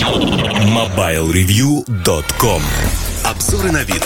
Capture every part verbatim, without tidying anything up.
мобайл ревью точка ком. Обзоры новинок.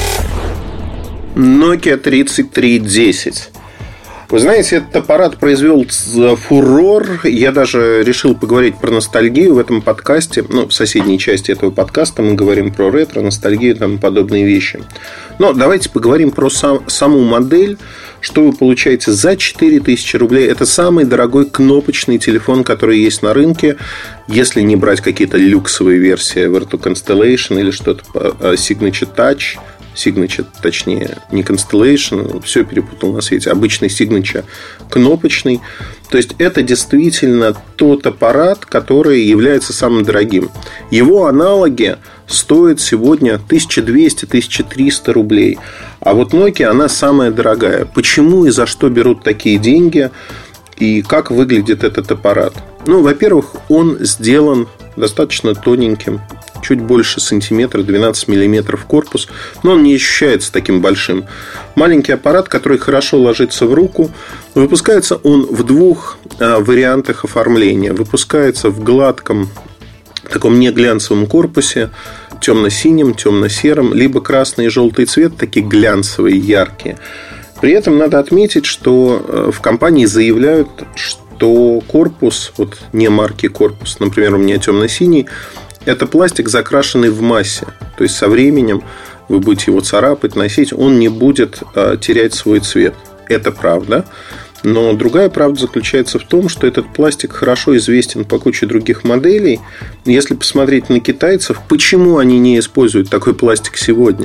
Nokia тридцать три десять. Вы знаете, этот аппарат произвел фурор. Я даже решил поговорить про ностальгию в этом подкасте. Ну, в соседней части этого подкаста мы говорим про ретро, ностальгию и тому подобные вещи. Но давайте поговорим про сам, саму модель. Что вы получаете за четыре тысячи рублей. Это самый дорогой кнопочный телефон, который есть на рынке. Если не брать какие-то люксовые версии Vertu Constellation или что-то Signature Touch. Signature, точнее, не Constellation, все перепутал на свете. Обычный Signature кнопочный. То есть это действительно тот аппарат, который является самым дорогим. Его аналоги стоят сегодня тысяча двести - тысяча триста рублей. А вот Nokia, она самая дорогая. Почему и за что берут такие деньги? И как выглядит этот аппарат? Ну, во-первых, он сделан достаточно тоненьким. Чуть больше сантиметра, двенадцать миллиметров корпус. Но он не ощущается таким большим. Маленький аппарат, который хорошо ложится в руку. Выпускается он в двух а, вариантах оформления. Выпускается в гладком, таком не глянцевом корпусе, темно-синим, темно-серым, либо красный и желтый цвет, такие глянцевые, яркие. При этом надо отметить, что в компании заявляют, что корпус, вот не марки корпус, например, у меня темно-синий, это пластик, закрашенный в массе. То есть со временем вы будете его царапать, носить, он не будет а, терять свой цвет. Это правда. Но другая правда заключается в том, что этот пластик хорошо известен по куче других моделей. Если посмотреть на китайцев, почему они не используют такой пластик сегодня,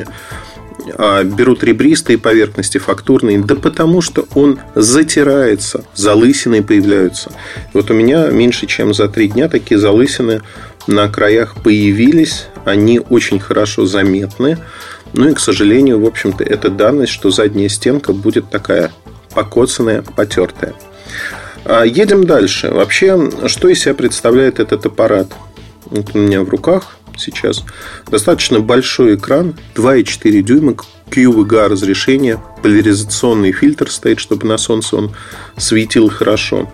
а берут ребристые поверхности, фактурные? Да потому что он затирается, залысины появляются. Вот у меня меньше чем за три дня такие залысины на краях появились. Они очень хорошо заметны. Ну и, к сожалению, в общем-то, это данность, что задняя стенка будет такая покоцанная, потертая. Едем дальше. Вообще, что из себя представляет этот аппарат? Вот у меня в руках сейчас достаточно большой экран, два и четыре дюйма, кью ви джи разрешение, поляризационный фильтр стоит, чтобы на солнце он светил хорошо.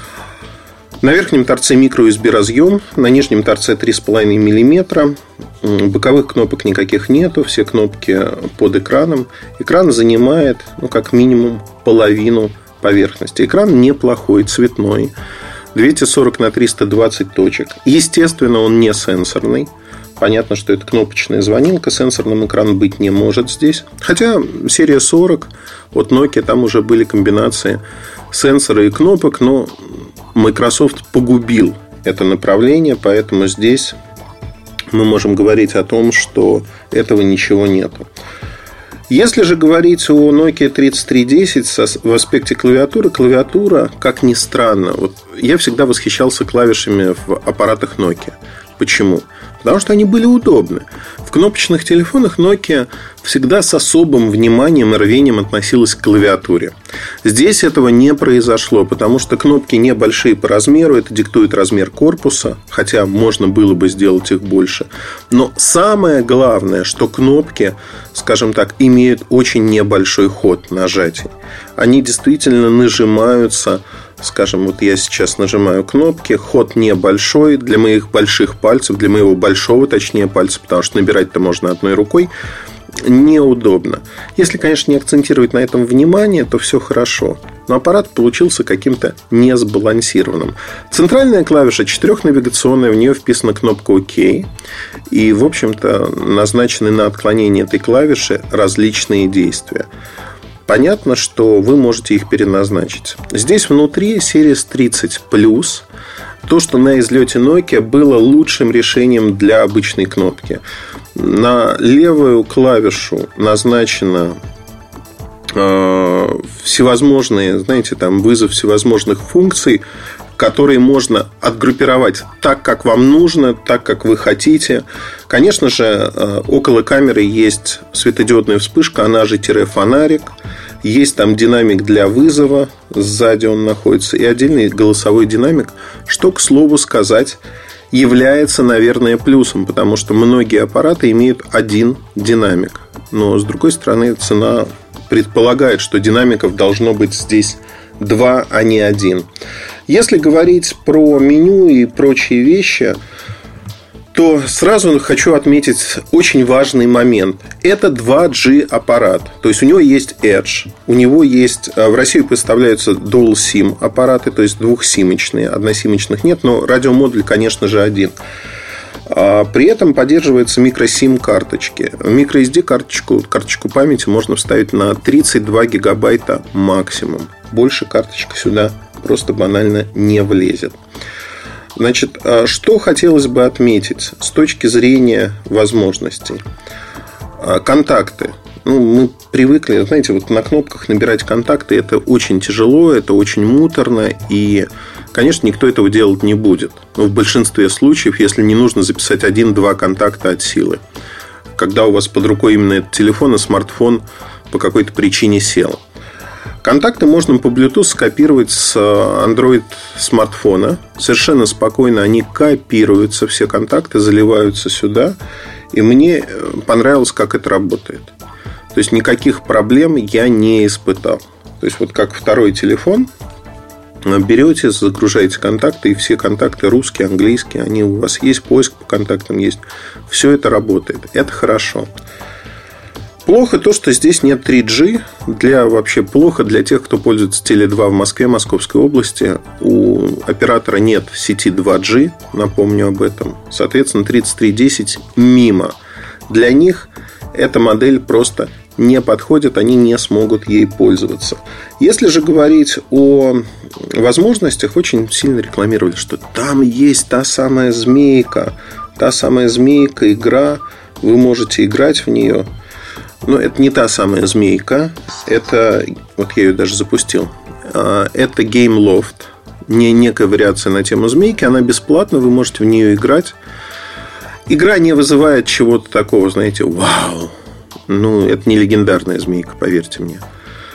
На верхнем торце микро ю эс би разъем, на нижнем торце три и пять миллиметра. Боковых кнопок никаких нету, все кнопки под экраном. Экран занимает, ну, как минимум половину поверхности. Экран неплохой, цветной, двести сорок на триста двадцать точек. Естественно, он не сенсорный. Понятно, что это кнопочная звонилка, сенсорным экран быть не может здесь. Хотя серия сорок от Nokia, там уже были комбинации сенсора и кнопок, но Microsoft погубил это направление, поэтому здесь мы можем говорить о том, что этого ничего нету. Если же говорить о Nokia тридцать три десять в аспекте клавиатуры, клавиатура, как ни странно, вот я всегда восхищался клавишами в аппаратах Nokia. Почему? Потому что они были удобны. В кнопочных телефонах Nokia всегда с особым вниманием и рвением относилась к клавиатуре. Здесь этого не произошло, потому что кнопки небольшие по размеру, это диктует размер корпуса, хотя можно было бы сделать их больше. Но самое главное, что кнопки, скажем так, имеют очень небольшой ход нажатий. Они действительно нажимаются. Скажем, вот я сейчас нажимаю кнопки, ход небольшой для моих больших пальцев, для моего большого, точнее, пальца, потому что набирать-то можно одной рукой, неудобно. Если, конечно, не акцентировать на этом внимание, то все хорошо. Но аппарат получился каким-то несбалансированным. Центральная клавиша четырехнавигационная, в нее вписана кнопка ОК. И, в общем-то, назначены на отклонение этой клавиши различные действия. Понятно, что вы можете их переназначить. Здесь внутри Series тридцать плюс. То, что на излете Nokia было лучшим решением для обычной кнопки. На левую клавишу назначено э, всевозможные, знаете, там вызов всевозможных функций, которые можно отгруппировать так, как вам нужно, так, как вы хотите. Конечно же, около камеры есть светодиодная вспышка, она же тире-фонарик. Есть там динамик для вызова, сзади он находится, и отдельный голосовой динамик, что, к слову сказать, является, наверное, плюсом, потому что многие аппараты имеют один динамик. Но, с другой стороны, цена предполагает, что динамиков должно быть здесь два, а не один. Если говорить про меню и прочие вещи, то сразу хочу отметить очень важный момент. Это два джи аппарат. То есть у него есть Edge, у него есть, в России поставляются Dual SIM аппараты, то есть двухсимочные. Односимочных нет, но радиомодуль, конечно же, один. При этом поддерживаются микро-сим карточки. Микро эс ди карточку, карточку памяти можно вставить на тридцать два гигабайта максимум. Больше карточка сюда просто банально не влезет. Значит, что хотелось бы отметить с точки зрения возможностей. Контакты. Ну, мы привыкли, знаете, вот на кнопках набирать контакты. Это очень тяжело, это очень муторно. И, конечно, никто этого делать не будет. Но в большинстве случаев, если не нужно записать один-два контакта от силы. Когда у вас под рукой именно этот телефон, и смартфон по какой-то причине сел. Контакты можно по Bluetooth скопировать с Android смартфона. Совершенно спокойно они копируются, все контакты заливаются сюда. И мне понравилось, как это работает. То есть никаких проблем я не испытал. То есть вот как второй телефон. Берете, загружаете контакты, и все контакты русские, английские, они у вас есть, поиск по контактам есть. Все это работает. Это хорошо. Плохо то, что здесь нет три джи. Для, вообще плохо для тех, кто пользуется Теле два в Москве, Московской области. У оператора нет сети два джи, напомню об этом. Соответственно, тридцать три десять мимо. Для них эта модель просто не подходит, они не смогут ей пользоваться. Если же говорить о возможностях, очень сильно рекламировали, что там есть та самая змейка. Та самая змейка, игра. Вы можете играть в нее. Но это не та самая змейка. Это, вот я ее даже запустил. Это Gameloft. Не некая вариация на тему змейки. Она бесплатна, вы можете в нее играть. Игра не вызывает чего-то такого, знаете, вау. Ну, это не легендарная змейка, поверьте мне.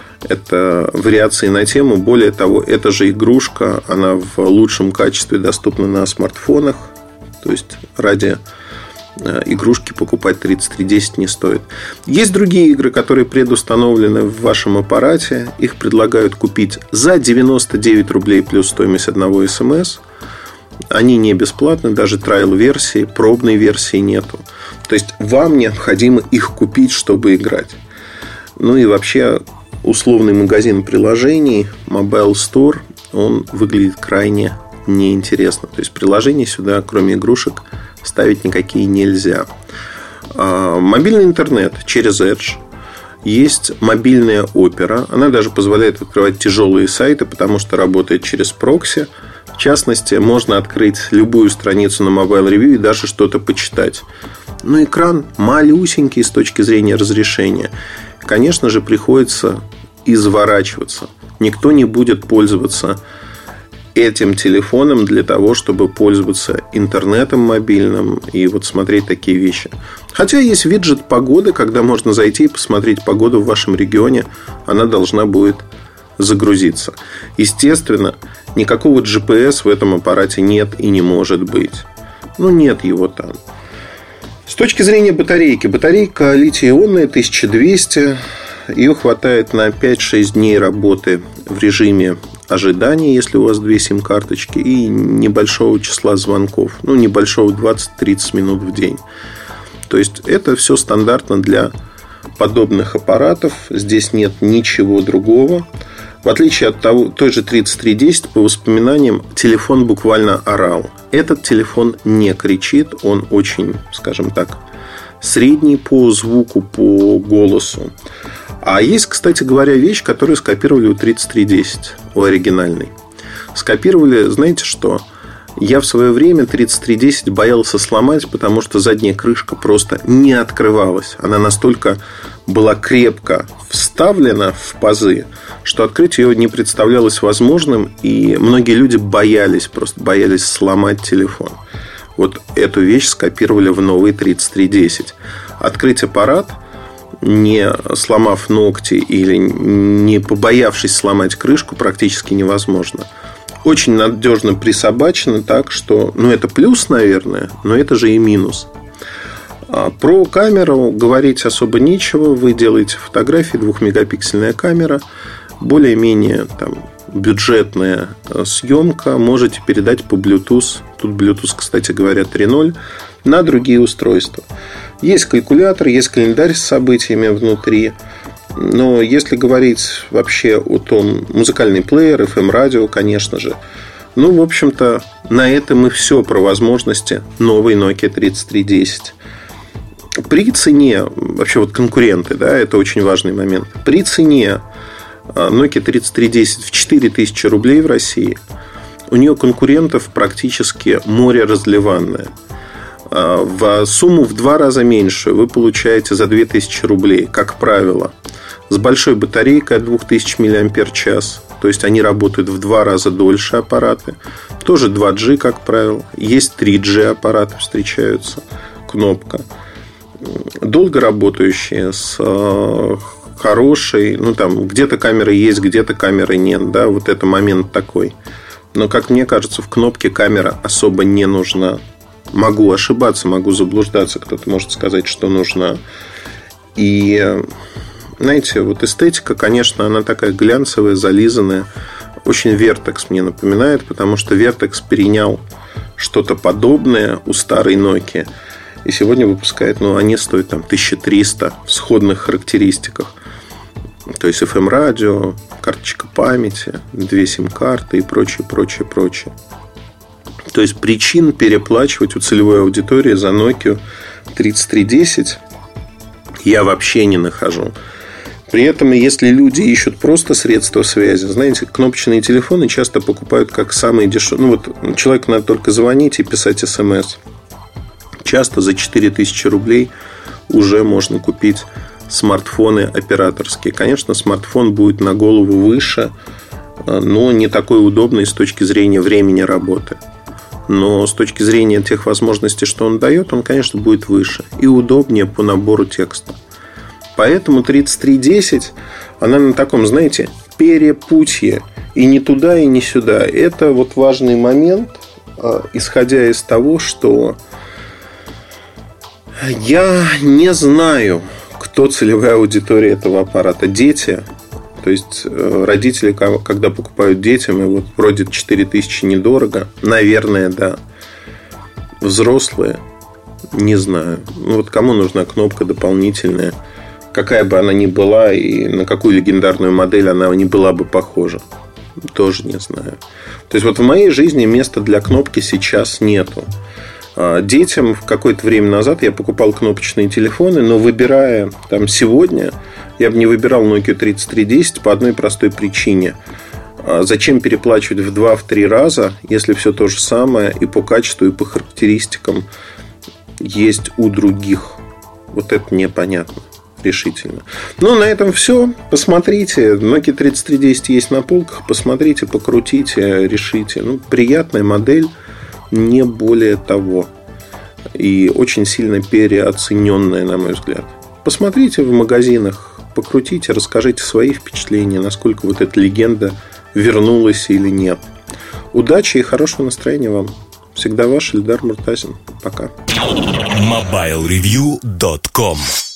Это вариации на тему. Более того, эта же игрушка, она в лучшем качестве доступна на смартфонах. То есть ради игрушки покупать тридцать три десять не стоит. Есть другие игры, которые предустановлены в вашем аппарате. Их предлагают купить за девяносто девять рублей плюс стоимость одного эс эм эс. Они не бесплатны, даже трайл-версии, пробной версии нету. То есть вам необходимо их купить, чтобы играть. Ну и вообще условный магазин приложений Mobile Store, он выглядит крайне неинтересно. То есть приложений сюда, кроме игрушек, ставить никакие нельзя. Мобильный интернет через Edge. Есть мобильная Opera. Она даже позволяет открывать тяжелые сайты, потому что работает через прокси. В частности, можно открыть любую страницу на Mobile Review и даже что-то почитать. Но экран малюсенький с точки зрения разрешения. Конечно же, приходится изворачиваться. Никто не будет пользоваться этим телефоном для того, чтобы пользоваться интернетом мобильным и вот смотреть такие вещи. Хотя есть виджет погоды, когда можно зайти и посмотреть погоду в вашем регионе. Она должна будет загрузиться. Естественно, никакого джи пи эс в этом аппарате нет и не может быть. Ну, нет его там. С точки зрения батарейки. Батарейка литий-ионная тысяча двести. Ее хватает на пять-шесть дней работы в режиме ожидания, если у вас две сим-карточки, и небольшого числа звонков. Ну, небольшого, двадцать-тридцать минут в день. То есть это все стандартно для подобных аппаратов. Здесь нет ничего другого. В отличие от того, той же тридцать три десять, по воспоминаниям, телефон буквально орал. Этот телефон не кричит. Он очень, скажем так, средний по звуку, по голосу. А есть, кстати говоря, вещь, которую скопировали у тридцать три десять, у оригинальной. Скопировали, знаете что? Я в свое время тридцать три десять боялся сломать, потому что задняя крышка просто не открывалась. Она настолько была крепко вставлена в пазы, что открыть ее не представлялось возможным. И многие люди боялись, просто боялись сломать телефон. Вот эту вещь скопировали в новый тридцать три десять. Открыть аппарат, не сломав ногти или не побоявшись сломать крышку, практически невозможно. Очень надежно присобачено, так что, ну, это плюс, наверное, но это же и минус. Про камеру говорить особо нечего. Вы делаете фотографии, двухмегапиксельная камера, более-менее там бюджетная съемка, можете передать по Bluetooth. Тут Bluetooth, кстати говоря, три ноль на другие устройства. Есть калькулятор, есть календарь с событиями внутри. Но если говорить вообще о том, музыкальный плеер, эф эм-радио, конечно же. Ну, в общем-то, на этом и все про возможности новой Nokia тридцать три десять. При цене, вообще вот конкуренты, да, это очень важный момент. При цене Nokia тридцать три десять в четыре тысячи рублей в России у нее конкурентов практически море разливанное. В сумму в два раза меньше вы получаете за две тысячи рублей, как правило, с большой батарейкой от две тысячи миллиампер-час. То есть они работают в два раза дольше аппараты. Тоже два джи, как правило. Есть три джи аппараты встречаются. Кнопка. Долго работающие, с хорошей. Ну там где-то камеры есть, где-то камеры нет, да, вот это момент такой. Но, как мне кажется, в кнопке камера особо не нужна. Могу ошибаться, могу заблуждаться. Кто-то может сказать, что нужна. И, знаете, вот эстетика, конечно, она такая глянцевая, зализанная. Очень Vertex мне напоминает, потому что Vertex перенял что-то подобное у старой Nokia. И сегодня выпускает, ну, они стоят там тысяча триста в сходных характеристиках. То есть эф эм-радио, карточка памяти, две сим-карты и прочее, прочее, прочее. То есть причин переплачивать у целевой аудитории за Nokia тридцать три десять я вообще не нахожу. При этом, если люди ищут просто средства связи, знаете, кнопочные телефоны часто покупают как самые дешевые. Ну вот человеку надо только звонить и писать смс. Часто за четыре тысячи рублей уже можно купить смартфоны операторские. Конечно, смартфон будет на голову выше, но не такой удобный с точки зрения времени работы. Но с точки зрения тех возможностей, что он дает, он, конечно, будет выше и удобнее по набору текста. Поэтому тридцать три десять, она на таком, знаете, перепутье. И не туда, и не сюда. Это вот важный момент, исходя из того, что я не знаю, кто целевая аудитория этого аппарата. Дети. То есть родители, когда покупают детям, и вот вроде четыре тысячи недорого, наверное, да. Взрослые, не знаю. Ну, вот кому нужна кнопка дополнительная, какая бы она ни была, и на какую легендарную модель она не была бы похожа, тоже не знаю. То есть вот в моей жизни места для кнопки сейчас нету. Детям в какое-то время назад я покупал кнопочные телефоны, но выбирая там сегодня, я бы не выбирал Nokia тридцать три десять по одной простой причине. Зачем переплачивать в два-три раза, если все то же самое и по качеству, и по характеристикам есть у других? Вот это непонятно решительно. Ну, на этом все. Посмотрите. Nokia тридцать три десять есть на полках. Посмотрите, покрутите, решите. Ну, приятная модель, не более того. И очень сильно переоцененная, на мой взгляд. Посмотрите в магазинах, покрутите, расскажите свои впечатления, насколько вот эта легенда вернулась или нет. Удачи и хорошего настроения вам. Всегда ваш Эльдар Муртазин. Пока. мобайл ревью точка ком